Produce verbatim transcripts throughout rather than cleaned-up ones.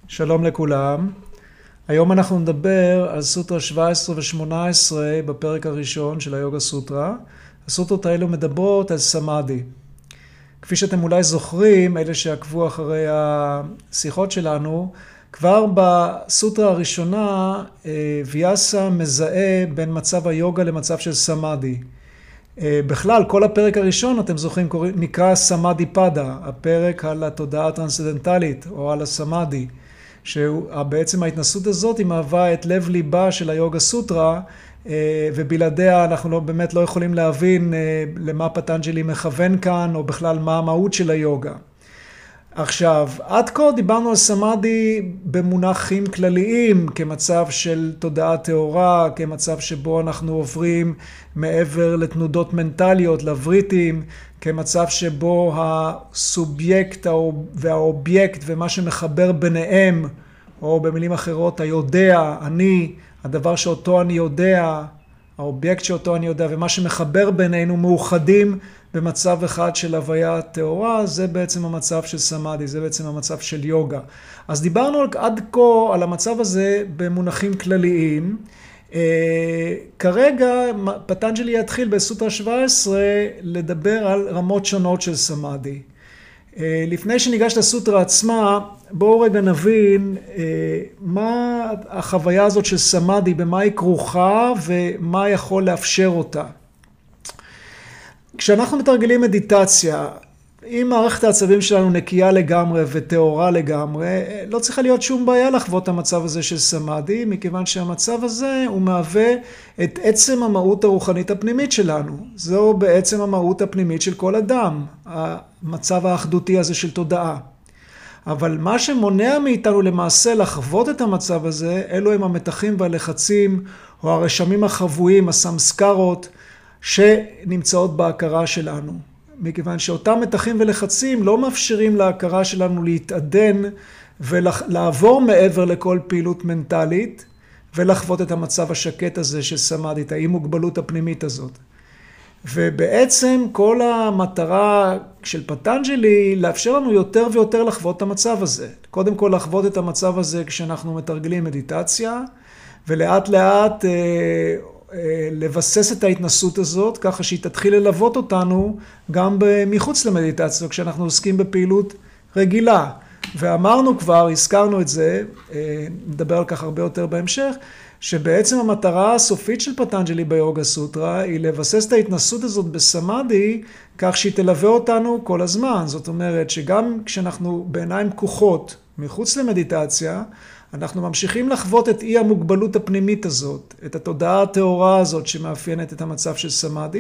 שלום לכולם. היום אנחנו נדבר על סוטרה שבע עשרה ו-שמונה עשרה בפרק הראשון של היוגה סוטרה. הסוטרות האלו מדברות על סמאדי. כפי שאתם אולי זוכרים, אלה שעקבו אחרי השיחות שלנו, כבר בסוטרה הראשונה ויאסה מזהה בין מצב היוגה למצב של סמאדי. בכלל, כל הפרק הראשון, אתם זוכרים, נקרא סמאדי פדה, הפרק על התודעה הטרנסצנדנטלית או על הסמאדי. שבעצם ההתנסות הזאת היא מהווה את לב ליבה של היוגה סוטרה, ובלעדיה אנחנו לא, באמת לא יכולים להבין למה פטנג'לי מכוון כאן, או בכלל מה המהות של היוגה. עכשיו, עד כה דיברנו על סמאדי במונחים כלליים, כמצב של תודעה טהורה, כמצב שבו אנחנו עוברים מעבר לתנודות מנטליות, לבריטים, כמצב שבו הסובייקט והאובייקט ומה שמחבר ביניהם, או במילים אחרות, היודע, אני, הדבר שאותו אני יודע, האובייקט שאותו אני יודע, ומה שמחבר בינינו מאוחדים במצב אחד של הוויה טהורה, זה בעצם המצב של סמאדי, זה בעצם המצב של יוגה. אז דיברנו עד כה על המצב הזה במונחים כלליים. כרגע פטנג'לי יתחיל בסוטרה שבע עשרה לדבר על רמות שונות של סמאדי. לפני שניגש לסוטרה עצמה, בואו רגע נבין מה החוויה הזאת של סמאדי, במה היא כרוכה ומה יכול לאפשר אותה. כשאנחנו מתרגלים מדיטציה, אם מערכת העצבים שלנו נקייה לגמרי וטהורה לגמרי, לא צריכה להיות שום בעיה לחוות את המצב הזה של סמאדי, מכיוון שהמצב הזה הוא מהווה את עצם המהות הרוחנית הפנימית שלנו. זו בעצם המהות הפנימית של כל אדם, המצב האחדותי הזה של תודעה. אבל מה שמונע מאיתנו למעשה לחוות את המצב הזה, אלו הם המתחים והלחצים, או הרשמים החבויים, הסמסקרות, שנמצאות בהכרה שלנו. מכיוון שאותם מתחים ולחצים לא מאפשרים להכרה שלנו להתעדן ולעבור מעבר לכל פעילות מנטלית ולחוות את המצב השקט הזה של סמאדי, את האי מוגבלות הפנימית הזאת. ובעצם כל המטרה של פטנג'לי לאפשר לנו יותר ויותר לחוות את המצב הזה. קודם כל לחוות את המצב הזה כשאנחנו מתרגלים מדיטציה, ולאט לאט לבסס את ההתנסות הזאת, ככה שהיא תתחיל ללוות אותנו גם מחוץ למדיטציה, כשאנחנו עוסקים בפעילות רגילה. ואמרנו כבר, הזכרנו את זה, נדבר על כך הרבה יותר בהמשך, שבעצם המטרה הסופית של פטנג'לי ביוגה סוטרה היא לבסס את ההתנסות הזאת בסמאדי, כך שהיא תלווה אותנו כל הזמן. זאת אומרת שגם כשאנחנו בעיניים פקוחות מחוץ למדיטציה, אנחנו ממשיכים לחוות את אי המוגבלות הפנימית הזאת, את התודעה הטהורה הזאת שמאפיינת את המצב של סמאדי,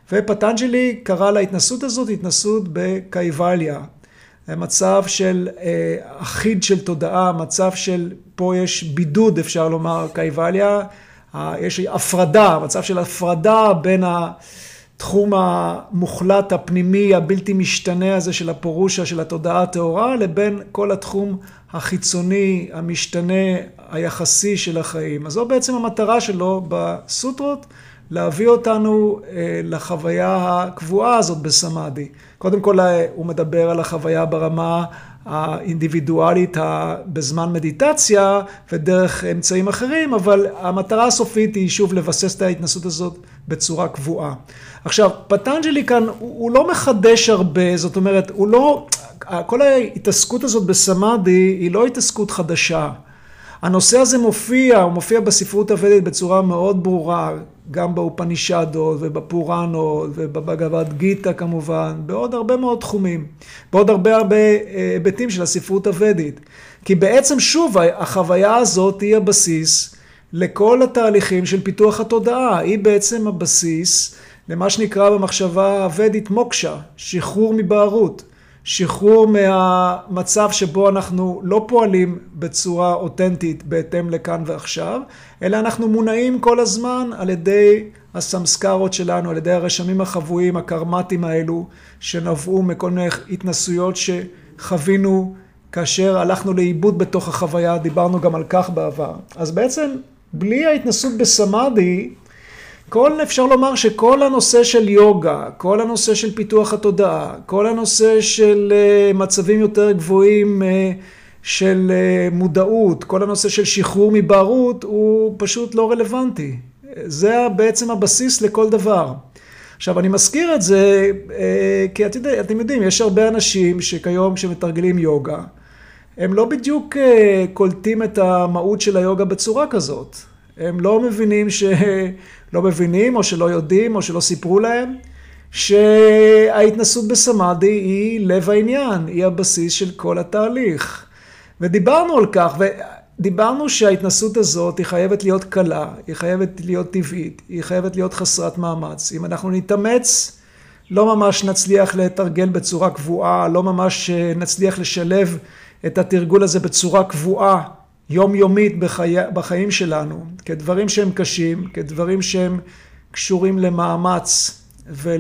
ופטנג'לי קרא להתנסות הזאת התנסות בקייבליה. מצב של אה, אחיד של תודעה, מצב של, פה יש בידוד אפשר לומר, קייבליה, אה, יש הפרדה, מצב של הפרדה בין התחום המוחלט הפנימי הבלתי משתנה הזה של הפורושה של התודעה הטהורה, לבין כל התחום החיצוני, המשתנה, היחסי של החיים. אז זו בעצם המטרה שלו בסוטרות, להביא אותנו לחוויה הקבועה הזאת בסמאדי. קודם כל הוא מדבר על החוויה ברמה האינדיבידואלית בזמן מדיטציה ודרך אמצעים אחרים, אבל המטרה הסופית היא שוב לבסס את ההתנסות הזאת בצורה קבועה. עכשיו, פטנג'לי כאן הוא לא מחדש הרבה, זאת אומרת, הוא לא, כל ההתעסקות הזאת בסמאדי היא לא התעסקות חדשה. הנושא הזה מופיע, הוא מופיע בספרות הוודית בצורה מאוד ברורה, גם באופנישדות ובפוראנות ובבגבד גיטה כמובן, בעוד הרבה מאוד תחומים, בעוד הרבה הרבה היבטים של הספרות הוודית. כי בעצם שוב החוויה הזאת היא הבסיס לכל התהליכים של פיתוח התודעה, היא בעצם הבסיס למה שנקרא במחשבה הוודית מוקשה, שחרור מבערות. שחרור מהמצב שבו אנחנו לא פועלים בצורה אותנטית בהתאם לכאן ועכשיו, אלא אנחנו מונעים כל הזמן על ידי הסמסקרות שלנו, על ידי הרשמים החבויים, הקרמטיים האלו, שנבעו מכל מיני התנסויות שחווינו כאשר הלכנו לאיבוד בתוך החוויה, דיברנו גם על כך בעבר. אז בעצם בלי ההתנסות בסמאדי, כל, אפשר לומר שכל הנושא של יוגה, כל הנושא של פיתוח התודעה, כל הנושא של מצבים יותר גבוהים של מודעות, כל הנושא של שחרור מבערות, הוא פשוט לא רלוונטי. זה בעצם הבסיס לכל דבר. עכשיו, אני מזכיר את זה, כי את יודע, אתם יודעים, יש הרבה אנשים שכיום כשמתרגלים יוגה, הם לא בדיוק קולטים את המהות של היוגה בצורה כזאת. הם לא מבינים ש... לא מבינים, או שלא יודעים, או שלא סיפרו להם, שההתנסות בסמאדי היא לב העניין, היא הבסיס של כל התהליך. ודיברנו על כך, ודיברנו שההתנסות הזאת היא חייבת להיות קלה, היא חייבת להיות טבעית, היא חייבת להיות חסרת מאמץ. אם אנחנו נתאמץ, לא ממש נצליח לתרגל בצורה קבועה, לא ממש נצליח לשלב את התרגול הזה בצורה קבועה, יומיומית בחיי, בחיים שלנו, כדברים שהם קשים, כדברים שהם קשורים למאמץ ול,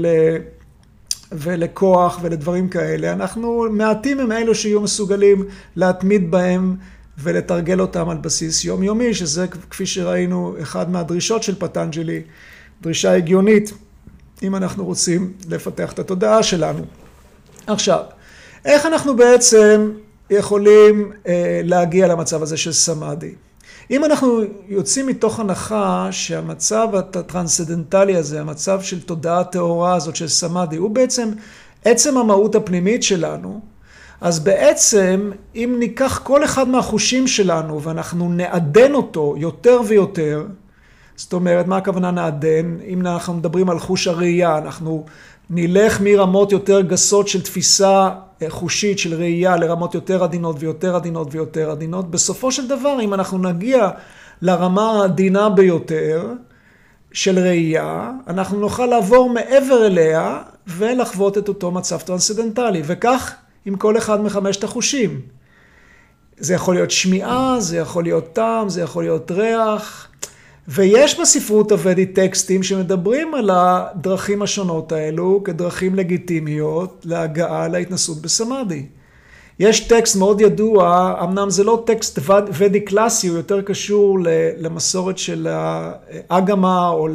ולכוח ולדברים כאלה. אנחנו מעטים הם אלו שיהיו מסוגלים להתמיד בהם ולתרגל אותם על בסיס יומיומי, שזה כפי שראינו אחד מהדרישות של פטנג'לי, דרישה הגיונית, אם אנחנו רוצים לפתח את התודעה שלנו. עכשיו, איך אנחנו בעצם יכולים אה, להגיע למצב הזה של סמאדי? אם אנחנו יוצאים מתוך הנחה שהמצב הטרנסצנדנטלי הזה, המצב של תודעה טהורה הזאת של סמאדי, הוא בעצם עצם המהות הפנימית שלנו, אז בעצם אם ניקח כל אחד מהחושים שלנו ואנחנו נעדן אותו יותר ויותר, זאת אומרת, מה הכוונה נעדן? אם אנחנו מדברים על חוש הראייה, אנחנו נלך מרמות יותר גסות של תפיסה חושית של ראייה לרמות יותר עדינות ויותר עדינות ויותר עדינות. בסופו של דבר, אם אנחנו נגיע לרמה העדינה ביותר של ראייה, אנחנו נוכל לעבור מעבר אליה ולחוות את אותו מצב טרנסצנדנטלי. וכך עם כל אחד מחמשת החושים. זה יכול להיות שמיעה, זה יכול להיות טעם, זה יכול להיות ריח. ויש בספרות הוודית טקסטים שמדברים על הדרכים השונות האלו כדרכים לגיטימיות להגעה להתנסות בסמאדי. יש טקסט מאוד ידוע, אמנם זה לא טקסט ודי קלאסי, הוא יותר קשור למסורת של האגמה או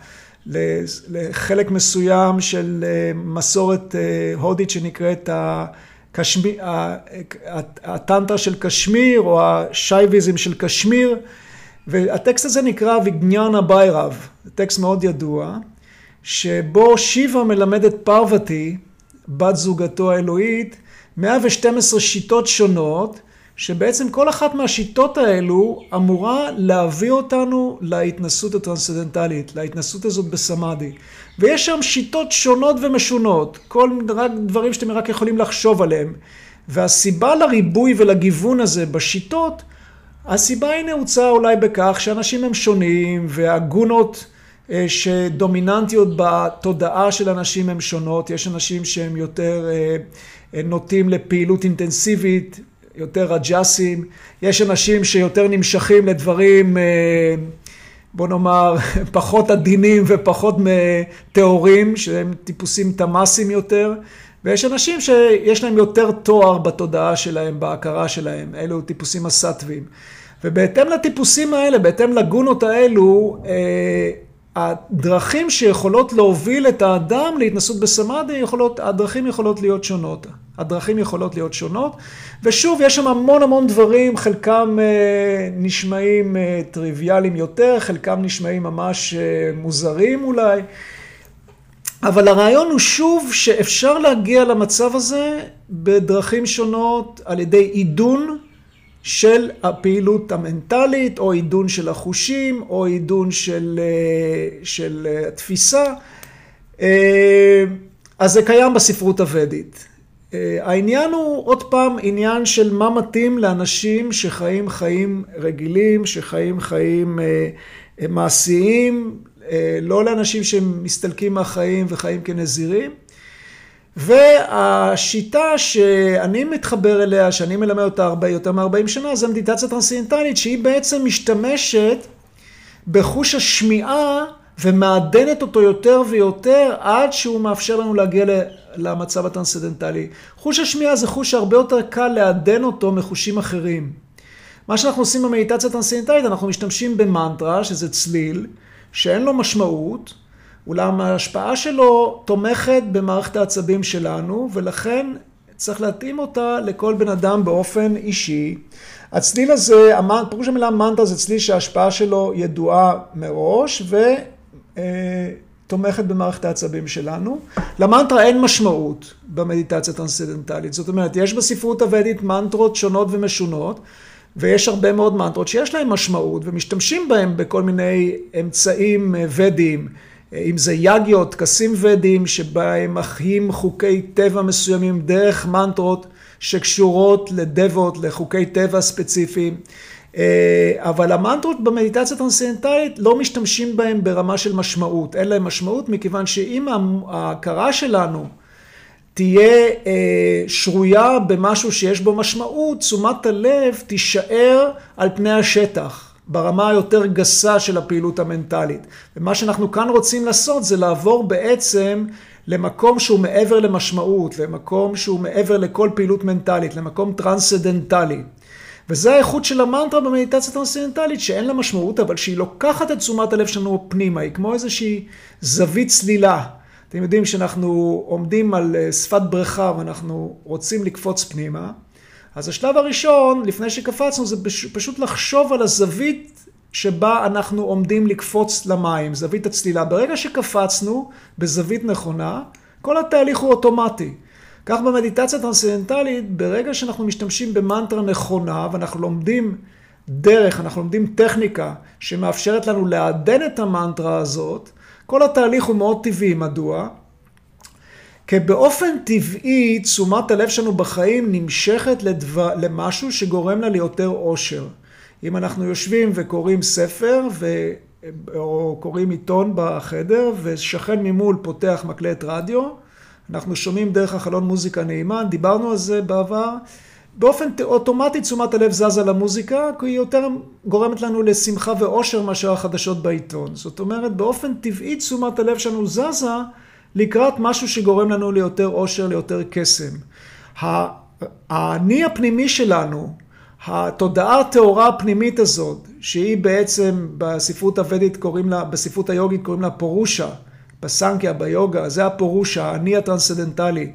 לחלק מסוים של מסורת הודית שנקראת הטנטרה של קשמיר או השייביזם של קשמיר. והטקסט הזה נקרא ויגניאנה ביירב, טקסט מאוד ידוע, שבו שיבה מלמד את פרוורטי, בת זוגתו האלוהית, מאה ושתים עשרה שיטות שונות, שבעצם כל אחת מהשיטות האלו אמורה להביא אותנו להתנסות הטרנסצנדנטלית, להתנסות הזאת בסמאדי. ויש שם שיטות שונות ומשונות, כל רק דברים שאתם רק יכולים לחשוב עליהם. והסיבה לריבוי ולגיוון הזה בשיטות, הסיבה היא נעוצה אולי בכך שאנשים הם שונים והגונות שדומיננטיות בתודעה של אנשים הם שונות. יש אנשים שהם יותר נוטים לפעילות אינטנסיבית, יותר רג'סים. יש אנשים שיותר נמשכים לדברים, בוא נאמר, פחות עדינים ופחות תיאורים, שהם טיפוסים תמאסים יותר. ויש אנשים שיש להם יותר תואר בתודעה שלהם, בהכרה שלהם. אלו טיפוסים הסטווים. ובהתאם לטיפוסים האלה, בהתאם לגונות האלו, הדרכים שיכולות להוביל את האדם להתנסות בסמאדי, יכולות, הדרכים יכולות להיות שונות. הדרכים יכולות להיות שונות. ושוב, יש שם המון המון דברים, חלקם נשמעים טריוויאליים יותר, חלקם נשמעים ממש מוזרים אולי. אבל הרעיון הוא שוב שאפשר להגיע למצב הזה בדרכים שונות על ידי עידון של הפעילות המנטלית, או עידון של החושים, או עידון של, של התפיסה. אז זה קיים בספרות הוודית. העניין הוא עוד פעם עניין של מה מתאים לאנשים שחיים חיים רגילים, שחיים חיים מעשיים, לא לאנשים שמסתלקים מהחיים וחיים כנזירים. והשיטה שאני מתחבר אליה, שאני מלמד אותה הרבה יותר מ-ארבעים שנה, זה מדיטציה טרנסצנדנטלית, שהיא בעצם משתמשת בחוש השמיעה ומעדנת אותו יותר ויותר עד שהוא מאפשר לנו להגיע למצב הטרנסצנדנטלי. חוש השמיעה זה חוש הרבה יותר קל לעדן אותו מחושים אחרים. מה שאנחנו עושים במדיטציה טרנסצנדנטלית, אנחנו משתמשים במנטרה, שזה צליל, שאין לו משמעות, אולם ההשפעה שלו תומכת במערכת העצבים שלנו, ולכן צריך להתאים אותה לכל בן אדם באופן אישי. הצליל הזה, פירוש המילה מנטרה זה צליל שההשפעה שלו ידועה מראש ותומכת במערכת העצבים שלנו. למנטרה אין משמעות במדיטציה טרנסצנדנטלית. זאת אומרת, יש בספרות הוודית מנטרות שונות ומשונות, ויש הרבה מאוד מנטרות שיש להן משמעות, ומשתמשים בהן בכל מיני אמצעים ודיים, אם זה יגיות, טקסים ודיים, שבהם מחיים חוקי טבע מסוימים דרך מנטרות שקשורות לדבות, לחוקי טבע ספציפיים. אבל המנטרות במדיטציה טרנסצנדנטלית לא משתמשים בהן ברמה של משמעות, אין להן משמעות, מכיוון שאם ההכרה שלנו תהיה שרויה במשהו שיש בו משמעות, תשומת הלב תישאר על פני השטח, ברמה היותר גסה של הפעילות המנטלית. ומה שאנחנו כאן רוצים לעשות זה לעבור בעצם למקום שהוא מעבר למשמעות, למקום שהוא מעבר לכל פעילות מנטלית, למקום טרנסצנדנטלי. וזה האיכות של המנטרה במדיטציה טרנסצנדנטלית, שאין לה משמעות, אבל שהיא לוקחת את תשומת הלב שלנו פנימה, היא כמו איזושהי זווית צלילה. אתם יודעים שאנחנו עומדים על שפת בריכה ואנחנו רוצים לקפוץ פנימה, אז השלב הראשון, לפני שקפצנו, זה פשוט לחשוב על הזווית שבה אנחנו עומדים לקפוץ למים, זווית הצלילה. ברגע שקפצנו בזווית נכונה, כל התהליך הוא אוטומטי. כך במדיטציה טרנסצנדנטלית, ברגע שאנחנו משתמשים במנטרה נכונה, ואנחנו לומדים דרך, אנחנו לומדים טכניקה שמאפשרת לנו לעדן את המנטרה הזאת, כל התהליך הוא מאוד טבעי. מדוע? כי באופן טבעי, תשומת הלב שלנו בחיים נמשכת לדבר, למשהו שגורם לה ליותר אושר. אם אנחנו יושבים וקוראים ספר, ו... או קוראים עיתון בחדר, ושכן ממול פותח מקלט רדיו, אנחנו שומעים דרך החלון מוזיקה נעימה, דיברנו על זה בעבר, באופן אוטומטי תשומת הלב זזה למוזיקה, כי היא יותר גורמת לנו לשמחה ואושר מאשר החדשות בעיתון. זאת אומרת, באופן טבעי תשומת הלב שלנו זזה לקראת משהו שגורם לנו ליותר אושר, ליותר קסם. האני הפנימי שלנו, התודעה הטהורה הפנימית הזאת, שהיא בעצם בספרות הוודית קוראים לה, בספרות היוגית קוראים לה פורושה, בסנקיה, ביוגה, זה הפורושה, האני הטרנסצנדנטלי.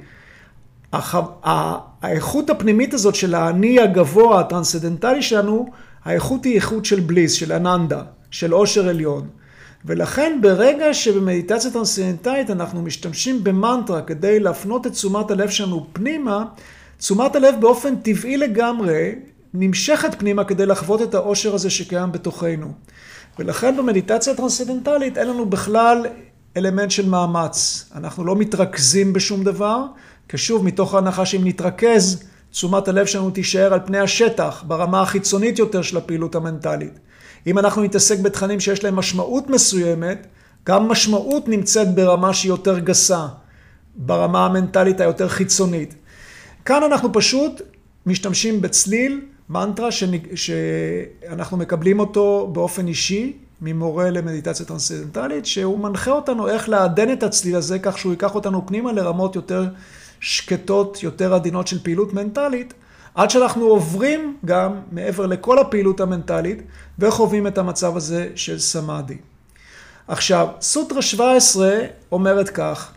האיכות הפנימית הזאת של האני הגבוה, הטרנסצנדנטלי שלנו, האיכות היא איכות של בליס, של אננדה, של אושר עליון. ולכן ברגע שבמדיטציה טרנסצנדנטלית אנחנו משתמשים במנטרה כדי להפנות את תשומת הלב שלנו פנימה, תשומת הלב באופן טבעי לגמרי נמשכת פנימה כדי לחוות את האושר הזה שקיים בתוכנו. ולכן במדיטציה טרנסצנדנטלית אין לנו בכלל אלמנט של מאמץ. אנחנו לא מתרכזים בשום דבר, כשוב מתוך ההנחה שאם נתרכז, תשומת הלב שלנו תישאר על פני השטח, ברמה החיצונית יותר של הפעילות המנטלית. אם אנחנו נתעסק בתכנים שיש להם משמעות מסוימת, גם משמעות נמצאת ברמה שהיא יותר גסה, ברמה המנטלית היותר חיצונית. כאן אנחנו פשוט משתמשים בצליל, מנטרה שאנחנו מקבלים אותו באופן אישי, ממורה למדיטציה טרנסצנדנטלית, שהוא מנחה אותנו איך לעדן את הצליל הזה, כך שהוא ייקח אותנו פנימה לרמות יותר שקטות, יותר עדינות של פעילות מנטלית, עד שאנחנו עוברים גם מעבר לכל הפעילות המנטלית, וחווים את המצב הזה של סמאדי. עכשיו, סוטרה שבע עשרה אומרת כך,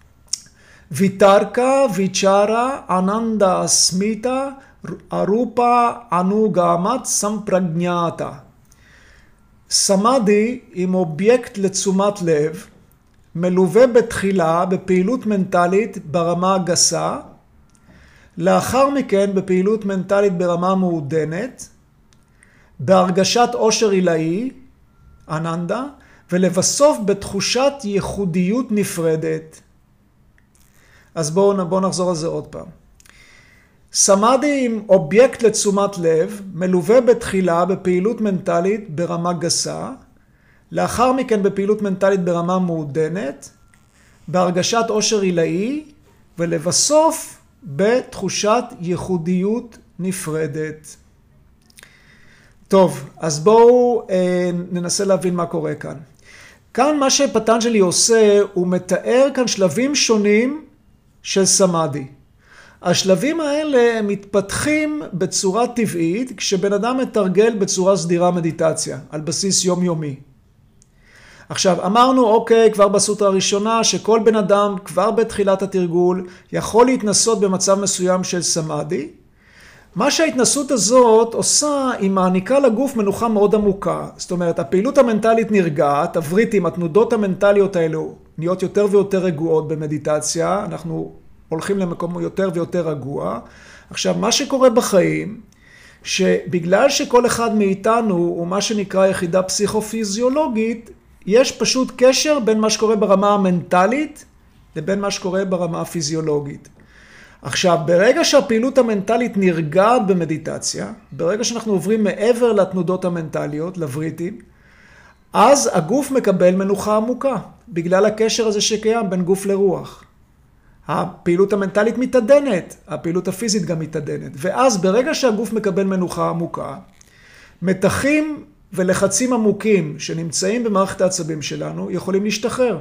ויתרקה ויצ'רה אננדה אסמיתה ארופה אנוגמת סמפרגניאטה. סמאדי עם אובייקט לתשומת לב, מלווה בתחילה בפעילות מנטלית ברמה הגסה, לאחר מכן בפעילות מנטלית ברמה מעודנת, בהרגשת עושר עילאי, אננדה, ולבסוף בתחושת ייחודיות נפרדת. אז בואו בוא נחזור על זה עוד פעם. סמאדי עם אובייקט לתשומת לב, מלווה בתחילה בפעילות מנטלית ברמה גסה, לאחר מכן בפעילות מנטלית ברמה מעודנת, בהרגשת עושר עילאי, ולבסוף בתחושת ייחודיות נפרדת. טוב, אז בואו אה, ננסה להבין מה קורה כאן. כאן מה שפטנג'לי עושה, הוא מתאר כאן שלבים שונים של סמאדי. השלבים האלה מתפתחים בצורה טבעית, כשבן אדם מתרגל בצורה סדירה מדיטציה, על בסיס יומיומי. עכשיו, אמרנו, אוקיי, כבר בסוטרה הראשונה, שכל בן אדם כבר בתחילת התרגול יכול להתנסות במצב מסוים של סמאדי. מה שההתנסות הזאת עושה, היא מעניקה לגוף מנוחה מאוד עמוקה. זאת אומרת, הפעילות המנטלית נרגעת, הווריטים, התנודות המנטליות האלו נהיות יותר ויותר רגועות במדיטציה, אנחנו הולכים למקום יותר ויותר רגוע. עכשיו, מה שקורה בחיים, שבגלל שכל אחד מאיתנו הוא מה שנקרא יחידה פסיכופיזיולוגית, יש פשוט קשר בין מה שקורה ברמה המנטלית לבין מה שקורה ברמה הפיזיולוגית. עכשיו, ברגע שהפעילות המנטלית נרגעת במדיטציה, ברגע שאנחנו עוברים מעבר לתנודות המנטליות, לבריטים, אז הגוף מקבל מנוחה עמוקה, בגלל הקשר הזה שקיים בין גוף לרוח. הפעילות המנטלית מתעדנת, הפעילות הפיזית גם מתעדנת. ואז ברגע שהגוף מקבל מנוחה עמוקה, מתחים ולחצים עמוקים שנמצאים במערכת העצבים שלנו יכולים להשתחרר.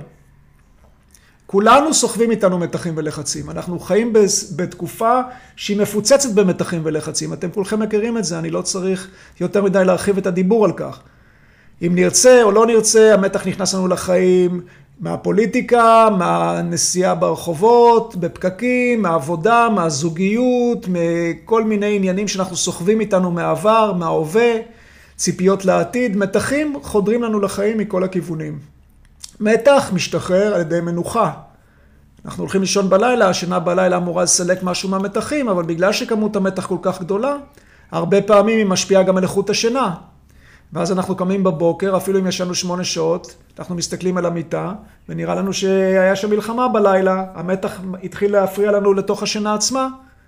כולנו סוחבים איתנו מתחים ולחצים. אנחנו חיים בתקופה שהיא מפוצצת במתחים ולחצים. אתם כולכם מכירים את זה, אני לא צריך יותר מדי להרחיב את הדיבור על כך. אם נרצה או לא נרצה, המתח נכנס לנו לחיים מהפוליטיקה, מהנסיעה ברחובות, בפקקים, מהעבודה, מהזוגיות, מכל מיני עניינים שאנחנו סוחבים איתנו מהעבר, מההווה, ציפיות לעתיד. מתחים חודרים לנו לחיים מכל הכיוונים. מתח משתחרר על ידי מנוחה. אנחנו הולכים לישון בלילה, השינה בלילה אמורה לסלק משהו מהמתחים, אבל בגלל שכמות המתח כל כך גדולה, הרבה פעמים היא משפיעה גם על איכות השינה. ואז אנחנו קמים בבוקר, אפילו אם ישנו שמונה שעות, אנחנו מסתכלים על המיטה, ונראה לנו שהיה שם מלחמה בלילה, המתח התחיל להפריע לנו לתוך השינה עצמה.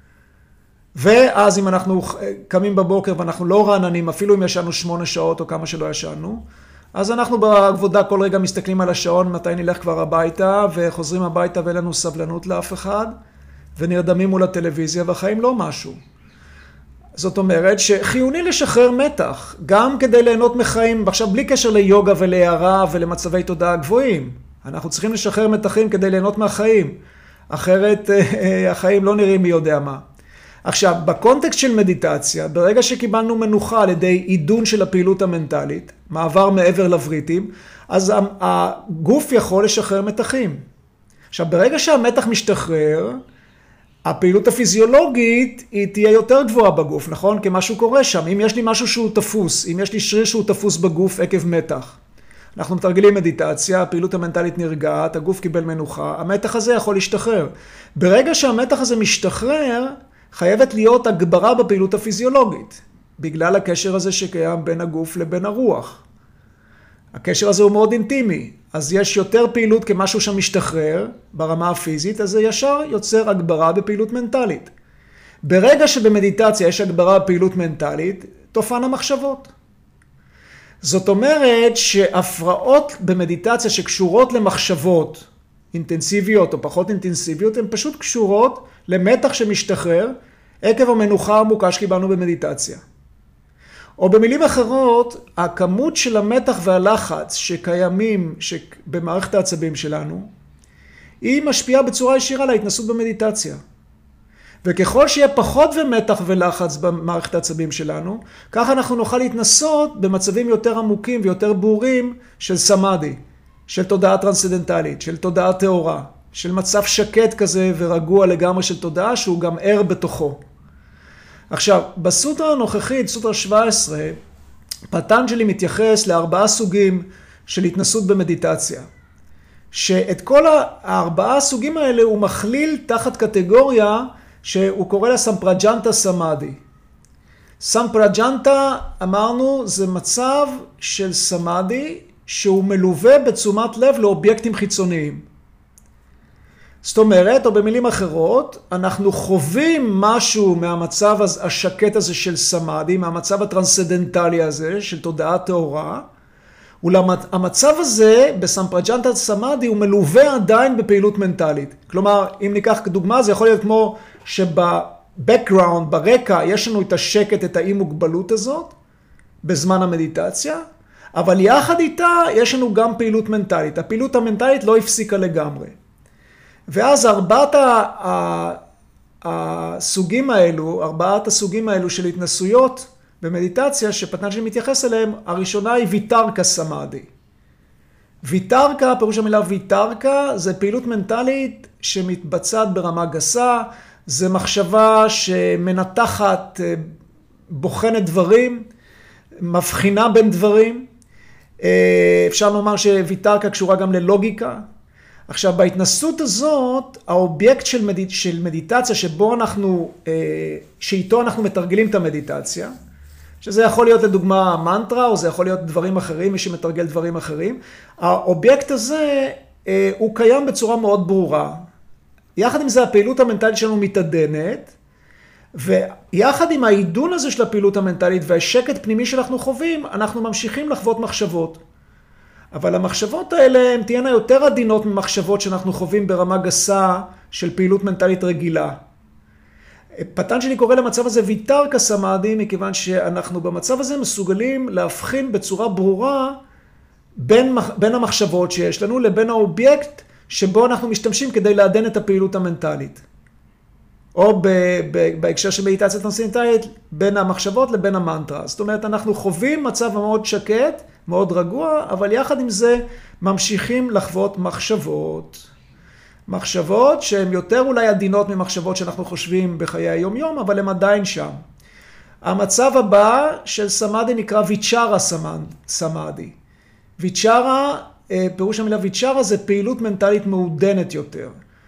ואז אם אנחנו קמים בבוקר ואנחנו לא רעננים, אפילו אם ישנו שמונה שעות או כמה שלא ישנו, אז אנחנו בעבודה כל רגע מסתכלים על השעון, מתי נלך כבר הביתה, וחוזרים הביתה ואין לנו סבלנות לאף אחד, ונרדמים מול הטלוויזיה, והחיים לא משהו. זאת אומרת שחיוני לשחרר מתח, גם כדי ליהנות מחיים, עכשיו בלי קשר ליוגה ולהערה ולמצבי תודעה גבוהים. אנחנו צריכים לשחרר מתחים כדי ליהנות מהחיים, אחרת החיים לא נראים מי יודע מה. עכשיו, בקונטקסט של מדיטציה, ברגע שקיבלנו מנוחה על ידי עידון של הפעילות המנטלית, מעבר מעבר לבריטים, אז הגוף יכול לשחרר מתחים. עכשיו, ברגע שהמתח משתחרר, הפעילות הפיזיולוגית היא תהיה יותר גבוהה בגוף, נכון? כי משהו קורה שם. אם יש לי משהו שהוא תפוס, אם יש לי שריר שהוא תפוס בגוף עקב מתח, אנחנו מתרגלים מדיטציה, הפעילות המנטלית נרגעת, הגוף קיבל מנוחה, המתח הזה יכול להשתחרר. ברגע שהמתח הזה משתחרר, חייבת להיות הגברה בפעילות הפיזיולוגית, בגלל הקשר הזה שקיים בין הגוף לבין הרוח. הקשר הזה הוא מאוד אינטימי, אז יש יותר פעילות כמשהו שמשתחרר ברמה הפיזית, אז זה ישר יוצר הגברה בפעילות מנטלית. ברגע שבמדיטציה יש הגברה בפעילות מנטלית, תופען המחשבות. זאת אומרת שהפרעות במדיטציה שקשורות למחשבות אינטנסיביות או פחות אינטנסיביות, הן פשוט קשורות למתח שמשתחרר עקב המנוחה העמוקה שקיבלנו במדיטציה. או במילים אחרות, הכמות של המתח והלחץ שקיימים במערכת העצבים שלנו, היא משפיעה בצורה ישירה להתנסות במדיטציה. וככל שיהיה פחות ומתח ולחץ במערכת העצבים שלנו, ככה אנחנו נוכל להתנסות במצבים יותר עמוקים ויותר ברורים של סמאדי, של תודעה טרנסצנדנטלית, של תודעה טהורה, של מצב שקט כזה ורגוע לגמרי של תודעה שהוא גם ער בתוכו. עכשיו, בסוטרה הנוכחית, סוטרה שבע עשרה, פטנג'לי מתייחס לארבעה סוגים של התנסות במדיטציה. שאת כל הארבעה הסוגים האלה הוא מכליל תחת קטגוריה שהוא קורא לה סמפרג'נטה סמאדי. סמפרג'נטה, אמרנו, זה מצב של סמאדי שהוא מלווה בתשומת לב לאובייקטים חיצוניים. זאת אומרת, או במילים אחרות, אנחנו חווים משהו מהמצב השקט הזה של סמאדי, מהמצב הטרנסצנדנטלי הזה של תודעה טהורה, והמצב הזה בסמפרג'נטה סמאדי הוא מלווה עדיין בפעילות מנטלית. כלומר, אם ניקח כדוגמה, זה יכול להיות כמו שבבקגראונד, ברקע, יש לנו את השקט, את האי מוגבלות הזאת, בזמן המדיטציה, אבל יחד איתה יש לנו גם פעילות מנטלית. הפעילות המנטלית לא הפסיקה לגמרי. ואז ארבעת הסוגים האלו, ארבעת הסוגים האלו של התנסויות במדיטציה שפטנג'לי מתייחס אליהם, הראשונה היא ויתרקה סמאדי. ויתרקה, פירוש המילה ויתרקה, זה פעילות מנטלית שמתבצעת ברמה גסה, זה מחשבה שמנתחת, בוחנת דברים, מבחינה בין דברים. אפשר לומר שוויתרקה קשורה גם ללוגיקה. עכשיו, בהתנסות הזאת, האובייקט של, מדיט... של מדיטציה שבו אנחנו, שאיתו אנחנו מתרגלים את המדיטציה, שזה יכול להיות לדוגמה מנטרה, או זה יכול להיות דברים אחרים, מי שמתרגל דברים אחרים. האובייקט הזה הוא קיים בצורה מאוד ברורה. יחד עם זה הפעילות המנטלית שלנו מתעדנת, ויחד עם העידון הזה של הפעילות המנטלית והשקט פנימי שאנחנו חווים, אנחנו ממשיכים לחוות מחשבות. אבל המחשבות האלה הן תהיינה יותר עדינות ממחשבות שאנחנו חווים ברמה גסה של פעילות מנטלית רגילה. פטנג'לי קורא למצב הזה ויתרקה סמאדי, מכיוון שאנחנו במצב הזה מסוגלים להבחין בצורה ברורה בין, בין המחשבות שיש לנו לבין האובייקט שבו אנחנו משתמשים כדי לעדן את הפעילות המנטלית. או ב, ב, בהקשר של מדיטציה טרנסצנדנטלית, בין המחשבות לבין המנטרה. זאת אומרת, אנחנו חווים מצב מאוד שקט, מאוד רגוע, אבל יחד עם זה ממשיכים לחוות מחשבות. מחשבות שהן יותר אולי עדינות ממחשבות שאנחנו חושבים בחיי היום-יום, אבל הן עדיין שם. המצב הבא של סמאדי נקרא ויצ'רה סמאדי. ויצ'רה, פירוש המילה ויצ'רה זה פעילות מנטלית מעודנת יותר.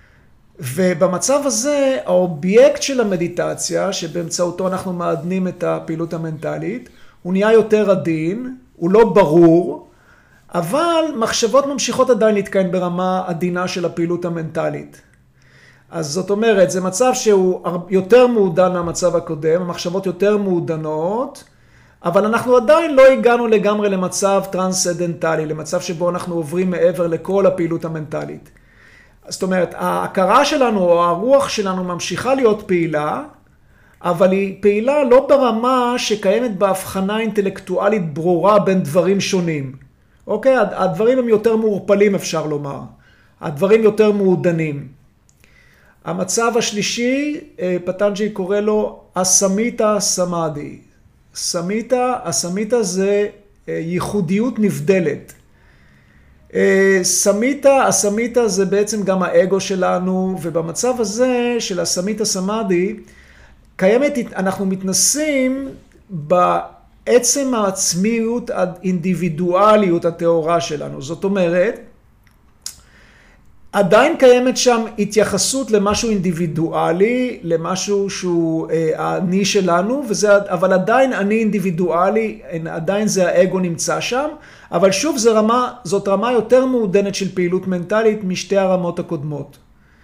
ובמצב הזה, האובייקט של המדיטציה, שבאמצעותו אנחנו מעדנים את הפעילות המנטלית, הוא נהיה יותר עדין, הוא לא ברור, אבל מחשבות ממשיכות עדיין להתקיים ברמה עדינה של הפעילות המנטלית. אז זאת אומרת, זה מצב שהוא יותר מעודן מהמצב הקודם, המחשבות יותר מעודנות, אבל אנחנו עדיין לא הגענו לגמרי למצב טרנסצנדנטלי, למצב שבו אנחנו עוברים מעבר לכל הפעילות המנטלית. זאת אומרת, ההכרה שלנו או הרוח שלנו ממשיכה להיות פעילה, אבל היא פעילה לא ברמה שקיימת בהבחנה אינטלקטואלית ברורה בין דברים שונים. אוקיי? הדברים הם יותר מעורפלים, אפשר לומר. הדברים יותר מעודנים. המצב השלישי, פטנג'לי קורא לו אסמיתה סמאדי. סמיתה, אסמיתה זה ייחודיות נבדלת. סמיתה, הסמיתה זה בעצם גם האגו שלנו, ובמצב הזה של הסמיתה סמאדי, קיימת, אנחנו מתנסים בעצם העצמיות, האינדיבידואליות הטהורה שלנו. זאת אומרת, עדיין קיימת שם התייחסות למשהו אינדיבידואלי, למשהו שהוא האני שלנו, וזה, אבל עדיין אני אינדיבידואלי, עדיין זה האגו נמצא שם, אבל שוב זו רמה, זאת רמה יותר מעודנת של פעילות מנטלית משתי הרמות הקודמות.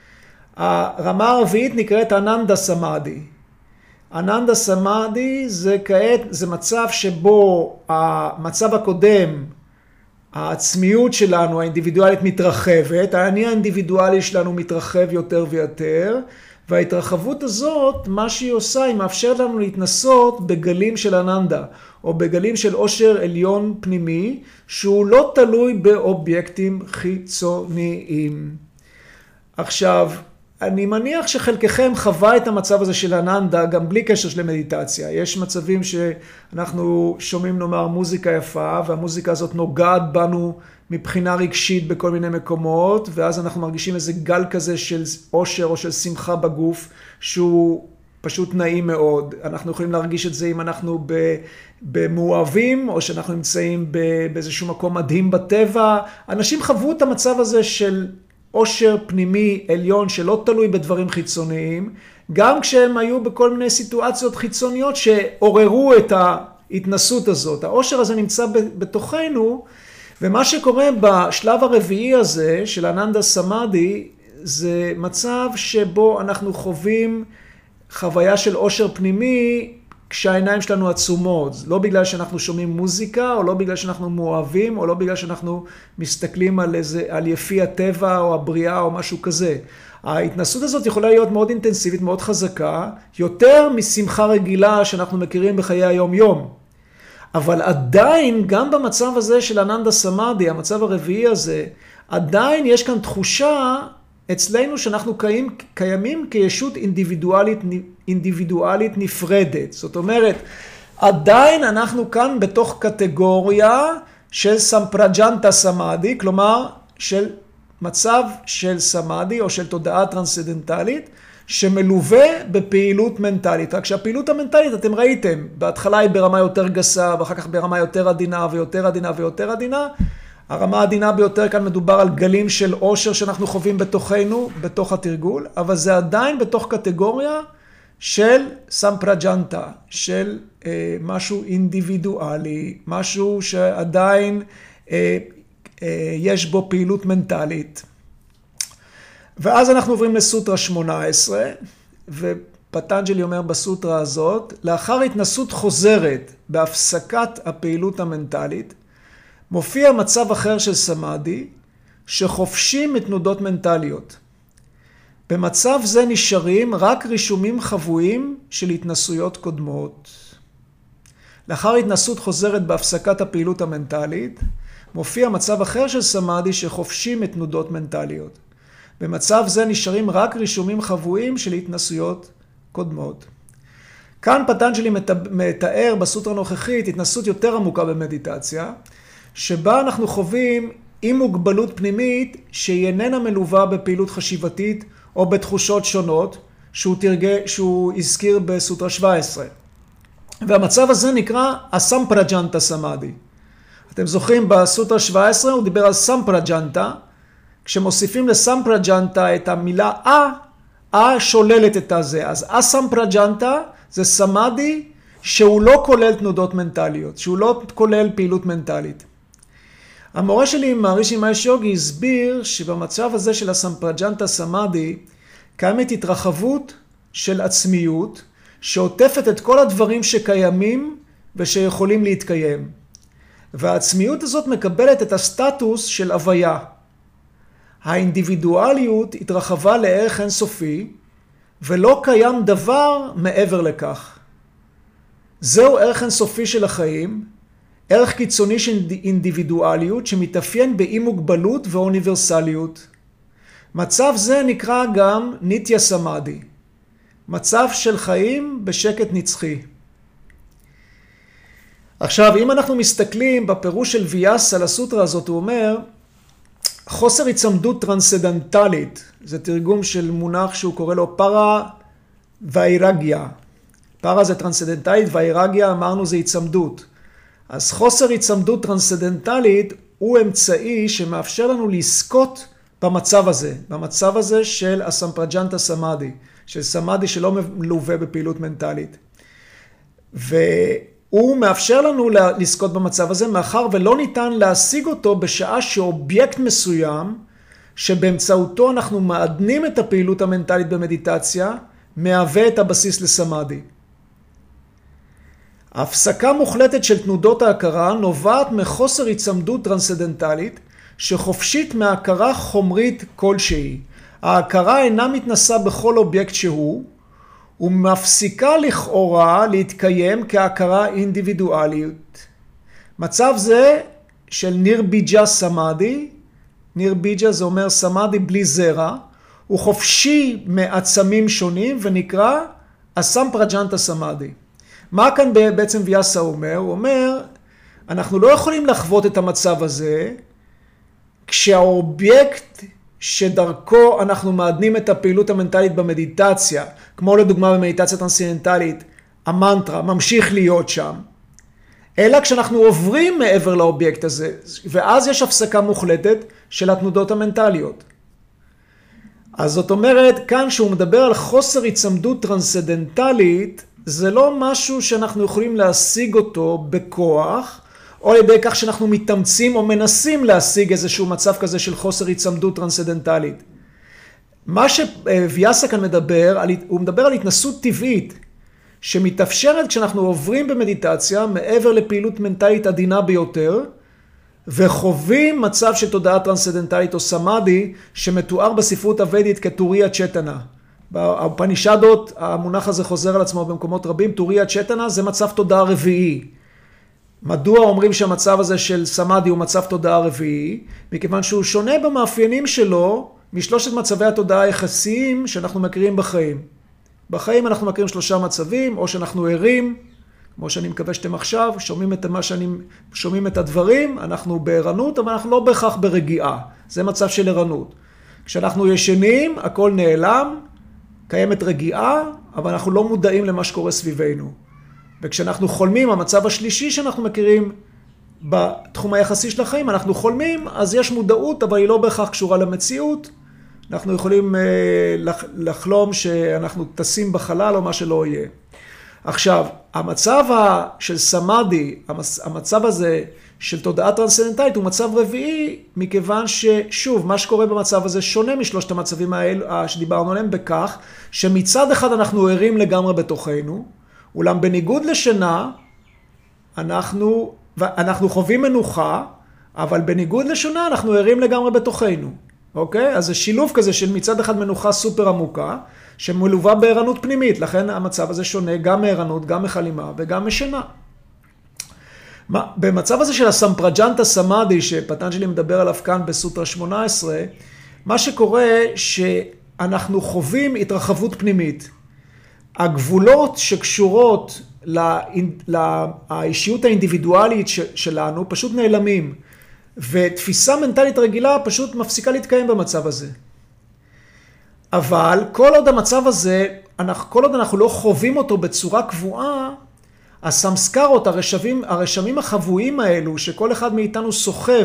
הרמה הרביעית נקראת אננדה סמאדי. אננדה סמאדי זה כעת, זה מצב שבו המצב הקודם, העצמיות שלנו, האינדיבידואלית מתרחבת, האני האינדיבידואלי שלנו מתרחב יותר ויותר, וההתרחבות הזאת, מה שהיא עושה, היא מאפשרת לנו להתנסות בגלים של אננדה, או בגלים של עושר עליון פנימי, שהוא לא תלוי באובייקטים חיצוניים. עכשיו, אני מניח שחלקכם חווה את המצב הזה של אננדה, גם בלי קשר של מדיטציה. יש מצבים שאנחנו שומעים, נאמר, מוזיקה יפה, והמוזיקה הזאת נוגעת בנו מבחינה רגשית בכל מיני מקומות, ואז אנחנו מרגישים איזה גל כזה של עושר או של שמחה בגוף, שהוא פשוט נעים מאוד. אנחנו יכולים להרגיש את זה אם אנחנו במואבים, או שאנחנו נמצאים באיזשהו מקום מדהים בטבע. אנשים חוו את המצב הזה של עושר פנימי עליון שלא תלוי בדברים חיצוניים, גם כשהם היו בכל מיני סיטואציות חיצוניות שעוררו את ההתנסות הזאת. העושר הזה נמצא בתוכנו, ומה שקורה בשלב הרביעי הזה של אננדה סמאדי, זה מצב שבו אנחנו חווים חוויה של עושר פנימי, כשהעיניים שלנו עצומות, לא בגלל שאנחנו שומעים מוזיקה, או לא בגלל שאנחנו מאוהבים, או לא בגלל שאנחנו מסתכלים על, איזה, על יפי הטבע, או הבריאה, או משהו כזה. ההתנסות הזאת יכולה להיות מאוד אינטנסיבית, מאוד חזקה, יותר משמחה רגילה שאנחנו מכירים בחיי היום-יום. אבל עדיין, גם במצב הזה של אננדה סמאדי, המצב הרביעי הזה, עדיין יש כאן תחושה אצלנו שאנחנו קיים, קיימים כישות אינדיבידואלית, אינדיבידואלית נפרדת. זאת אומרת, עדיין אנחנו כאן בתוך קטגוריה של סמפרג'נטה סמאדי, כלומר של מצב של סמאדי או של תודעה טרנסצנדנטלית, שמלווה בפעילות מנטלית. רק שהפעילות המנטלית, אתם ראיתם, בהתחלה היא ברמה יותר גסה, ואחר כך ברמה יותר עדינה ויותר עדינה ויותר עדינה. הרמה העדינה ביותר כאן מדובר על גלים של עושר שאנחנו חווים בתוכנו, בתוך התרגול, אבל זה עדיין בתוך קטגוריה של סמפרג'נטה, של אה, משהו אינדיבידואלי, משהו שעדיין אה, אה, יש בו פעילות מנטלית. ואז אנחנו עוברים לסוטרה שמונה עשרה, ופטנג'לי אומר בסוטרה הזאת, לאחר התנסות חוזרת בהפסקת הפעילות המנטלית, מופיע מצב אחר של סמאדי, שחופשים מתנודות מנטליות. במצב זה נשארים רק רישומים חבויים של התנסויות קודמות. לאחר התנסות חוזרת בהפסקת הפעילות המנטלית, מופיע מצב אחר של סמאדי שחופשים מתנודות מנטליות. במצב זה נשארים רק רישומים חבויים של התנסויות קודמות. כאן פטנג'לי מתאר בסוטרה הנוכחית התנסות יותר עמוקה במדיטציה, שבה אנחנו חווים עם מוגבלות פנימית שהיא איננה מלווה בפעילות חשיבתית או בתחושות שונות שהוא, תרגע, שהוא הזכיר בסוטרה שבע עשרה. והמצב הזה נקרא הסמפרג'נטה סמאדי. אתם זוכרים בסוטרה שבע עשרה הוא דיבר על סמפרג'נטה, כשמוסיפים לסמפרג'נטה את המילה אה, אה שוללת את הזה. אז הסמפרג'נטה זה סמאדי שהוא לא כולל תנודות מנטליות, שהוא לא כולל פעילות מנטלית. המורה שלי, מהרישי מאהש יוגי, הסביר שבמצב הזה של הסמפרג'נטה סמאדי קיימת התרחבות של עצמיות שעוטפת את כל הדברים שקיימים ושיכולים להתקיים. והעצמיות הזאת מקבלת את הסטטוס של הוויה. האינדיבידואליות התרחבה לערך אינסופי ולא קיים דבר מעבר לכך. זהו ערך אינסופי של החיים, ערך קיצוני של אינדיבידואליות שמתאפיין באי מוגבלות ואוניברסליות. מצב זה נקרא גם ניטיה סמאדי, מצב של חיים בשקט נצחי. עכשיו, אם אנחנו מסתכלים בפירוש של ויאסה לסוטרה הזאת, הוא אומר, חוסר הצמדות טרנסצנדנטלית, זה תרגום של מונח שהוא קורא לו פרה ואירגיה. פרה זה טרנסצנדנטלית, ואירגיה אמרנו זה הצמדות. אז חוסר הצמדות טרנסצנדנטלית הוא אמצעי שמאפשר לנו לזכות במצב הזה, במצב הזה של הסמפרג'נטה סמאדי, של סמאדי שלא מלווה בפעילות מנטלית. והוא מאפשר לנו לזכות במצב הזה, מאחר ולא ניתן להשיג אותו בשעה שאובייקט מסוים, שבאמצעותו אנחנו מעדנים את הפעילות המנטלית במדיטציה, מהווה את הבסיס לסמאדי. ההפסקה מוחלטת של תנודות ההכרה נובעת מחוסר הצמדות טרנסצנדנטלית שחופשית מהכרה חומרית כלשהי. ההכרה אינה מתנסה בכל אובייקט שהוא, ומפסיקה לכאורה להתקיים כהכרה אינדיבידואלית. מצב זה של נירביג'ה סמאדי, נירביג'ה זה אומר סמאדי בלי זרע, הוא חופשי מעצמים שונים ונקרא הסמפרג'נטה סמאדי. מה כאן בעצם ויאסה אומר? הוא אומר, אנחנו לא יכולים לחוות את המצב הזה, כשהאובייקט שדרכו אנחנו מעדנים את הפעילות המנטלית במדיטציה, כמו לדוגמה במדיטציה טרנסצנדנטלית, המנטרה ממשיך להיות שם, אלא כשאנחנו עוברים מעבר לאובייקט הזה, ואז יש הפסקה מוחלטת של התנודות המנטליות. אז זאת אומרת, כאן שהוא מדבר על חוסר הצמדות טרנסצנדנטלית, זה לא משהו שאנחנו יכולים להשיג אותו בכוח, או על ידי כך שאנחנו מתאמצים או מנסים להשיג איזשהו מצב כזה של חוסר הצמדות טרנסצנדנטלית. מה שוויאסה כאן מדבר, הוא מדבר על התנסות טבעית, שמתאפשרת כשאנחנו עוברים במדיטציה מעבר לפעילות מנטלית עדינה ביותר, וחווים מצב של תודעה טרנסצנדנטלית או סמאדי, שמתואר בספרות הוודית כטוריה צ'טנה. בפנישדות המונח הזה חוזר על עצמו במקומות רבים, טוריה צ'טנה זה מצב תודעה רביעי. מדוע אומרים שהמצב הזה של סמאדי הוא מצב תודעה רביעי? מכיוון שהוא שונה במאפיינים שלו משלושת מצבי התודעה היחסיים שאנחנו מכירים בחיים. בחיים אנחנו מכירים שלושה מצבים, או שאנחנו ערים, כמו שאני מקווה שאתם עכשיו, שומעים את מה שאני, שומעים את הדברים, אנחנו בערנות, אבל אנחנו לא בהכרח ברגיעה. זה מצב של ערנות. כשאנחנו ישנים, הכל נעלם, קיימת רגיעה, אבל אנחנו לא מודעים למה שקורה סביבנו. וכשאנחנו חולמים, המצב השלישי שאנחנו מכירים בתחום היחסי של החיים, אנחנו חולמים, אז יש מודעות, אבל היא לא בהכרח קשורה למציאות. אנחנו יכולים לחלום שאנחנו טסים בחלל או מה שלא יהיה. עכשיו, המצב של סמאדי, המצב הזה של תודעה טרנסצנדנטלית הוא מצב רביעי, מכיוון ששוב, מה שקורה במצב הזה שונה משלושת המצבים האלה שדיברנו עליהם בכך, שמצד אחד אנחנו ערים לגמרי בתוכנו, אולם בניגוד לשינה, אנחנו, אנחנו חווים מנוחה, אבל בניגוד לשינה אנחנו ערים לגמרי בתוכנו. אוקיי? אז זה שילוב כזה של מצד אחד מנוחה סופר עמוקה, שמלווה בערנות פנימית, לכן המצב הזה שונה גם מערנות, גם מחלימה וגם משינה. במצב הזה של הסמפרג'נטה סמאדי, שפטנג'לי מדבר עליו כאן בסוטרה שמונה עשרה, מה שקורה שאנחנו חווים התרחבות פנימית. הגבולות שקשורות לאישיות האינדיבידואלית שלנו פשוט נעלמים. ותפיסה מנטלית רגילה פשוט מפסיקה להתקיים במצב הזה. אבל כל עוד המצב הזה, כל עוד אנחנו לא חווים אותו בצורה קבועה, הסמסקרות, הרשמים, הרשמים החבויים האלו, שכל אחד מאיתנו סוחב,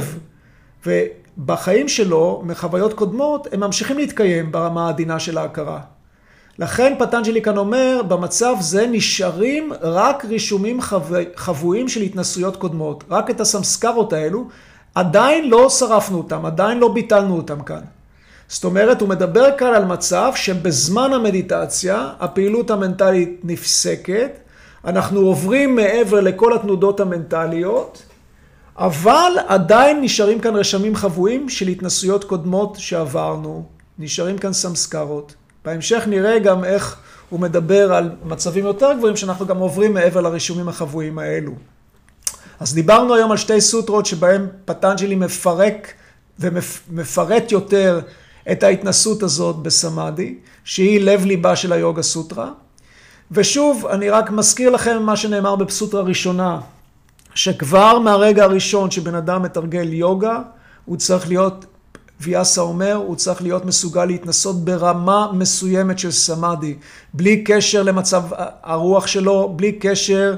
ובחיים שלו, מחוויות קודמות, הם ממשיכים להתקיים ברמה העדינה של ההכרה. לכן פטנג'לי כאן אומר, במצב זה נשארים רק רישומים חבויים של התנסויות קודמות. רק את הסמסקרות האלו, עדיין לא שרפנו אותם, עדיין לא ביטלנו אותם כאן. זאת אומרת, הוא מדבר כאן על מצב שבזמן המדיטציה, הפעילות המנטלית נפסקת, אנחנו עוברים מעבר לכל התנודות המנטליות, אבל עדיין נשארים כאן רשמים חבויים של התנסויות קודמות שעברנו, נשארים כאן סמסקרות. בהמשך נראה גם איך הוא מדבר על מצבים יותר גבוהים, שאנחנו גם עוברים מעבר לרישומים החבויים האלו. אז דיברנו היום על שתי סוטרות שבהם פטנג'לי מפרק ומפרט יותר את ההתנסות הזאת בסמאדי, שהיא לב ליבה של היוגה סוטרה. ושוב, אני רק מזכיר לכם מה שנאמר בסוטרה ראשונה, שכבר מהרגע הראשון שבן אדם מתרגל יוגה, הוא צריך להיות, ויאסה אומר, הוא צריך להיות מסוגל להתנסות ברמה מסוימת של סמאדי, בלי קשר למצב הרוח שלו, בלי קשר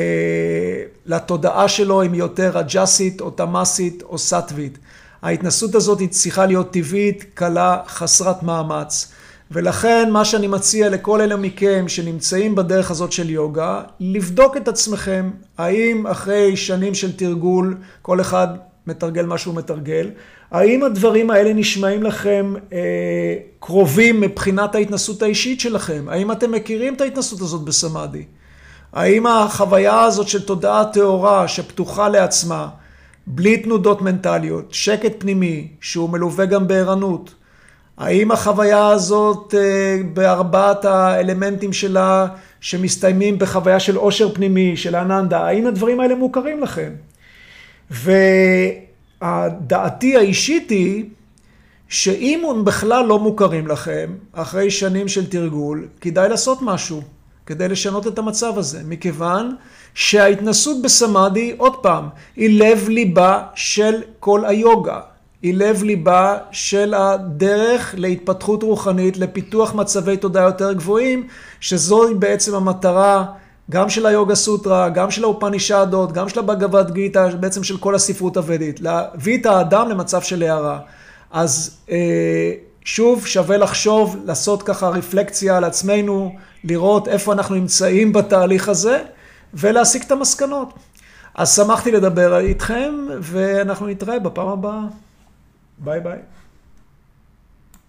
לתודעה שלו, אם יותר רג'סית או תמאסית או סטווית. ההתנסות הזאת היא צריכה להיות טבעית, קלה, חסרת מאמץ. ולכן מה שאני מציע לכל אלה מכם שנמצאים בדרך הזאת של יוגה, לבדוק את עצמכם, האם אחרי שנים של תרגול, כל אחד מתרגל מה שהוא מתרגל, האם הדברים האלה נשמעים לכם אה, קרובים מבחינת ההתנסות האישית שלכם? האם אתם מכירים את ההתנסות הזאת בסמאדי? האם החוויה הזאת של תודעה טהורה שפתוחה לעצמה, בלי תנודות מנטליות, שקט פנימי, שהוא מלווה גם בערנות, האם החוויה הזאת בארבעת האלמנטים שלה שמסתיימים בחוויה של עושר פנימי, של אננדה, האם הדברים האלה מוכרים לכם? והדעתי האישית היא שאם הם בכלל לא מוכרים לכם, אחרי שנים של תרגול, כדאי לעשות משהו כדי לשנות את המצב הזה, מכיוון שההתנסות בסמאדי, עוד פעם, היא לב ליבה של כל היוגה. היא לב ליבה של הדרך להתפתחות רוחנית, לפיתוח מצבי תודעה יותר גבוהים, שזוהי בעצם המטרה גם של היוגה סוטרה, גם של האופנישדות, גם של הבגבד גיטה, בעצם של כל הספרות הוודית, להביא את האדם למצב של הערה. אז שוב שווה לחשוב, לעשות ככה רפלקציה על עצמנו, לראות איפה אנחנו נמצאים בתהליך הזה, ולהסיק את המסקנות. אז שמחתי לדבר איתכם, ואנחנו נתראה בפעם הבאה. ביי ביי.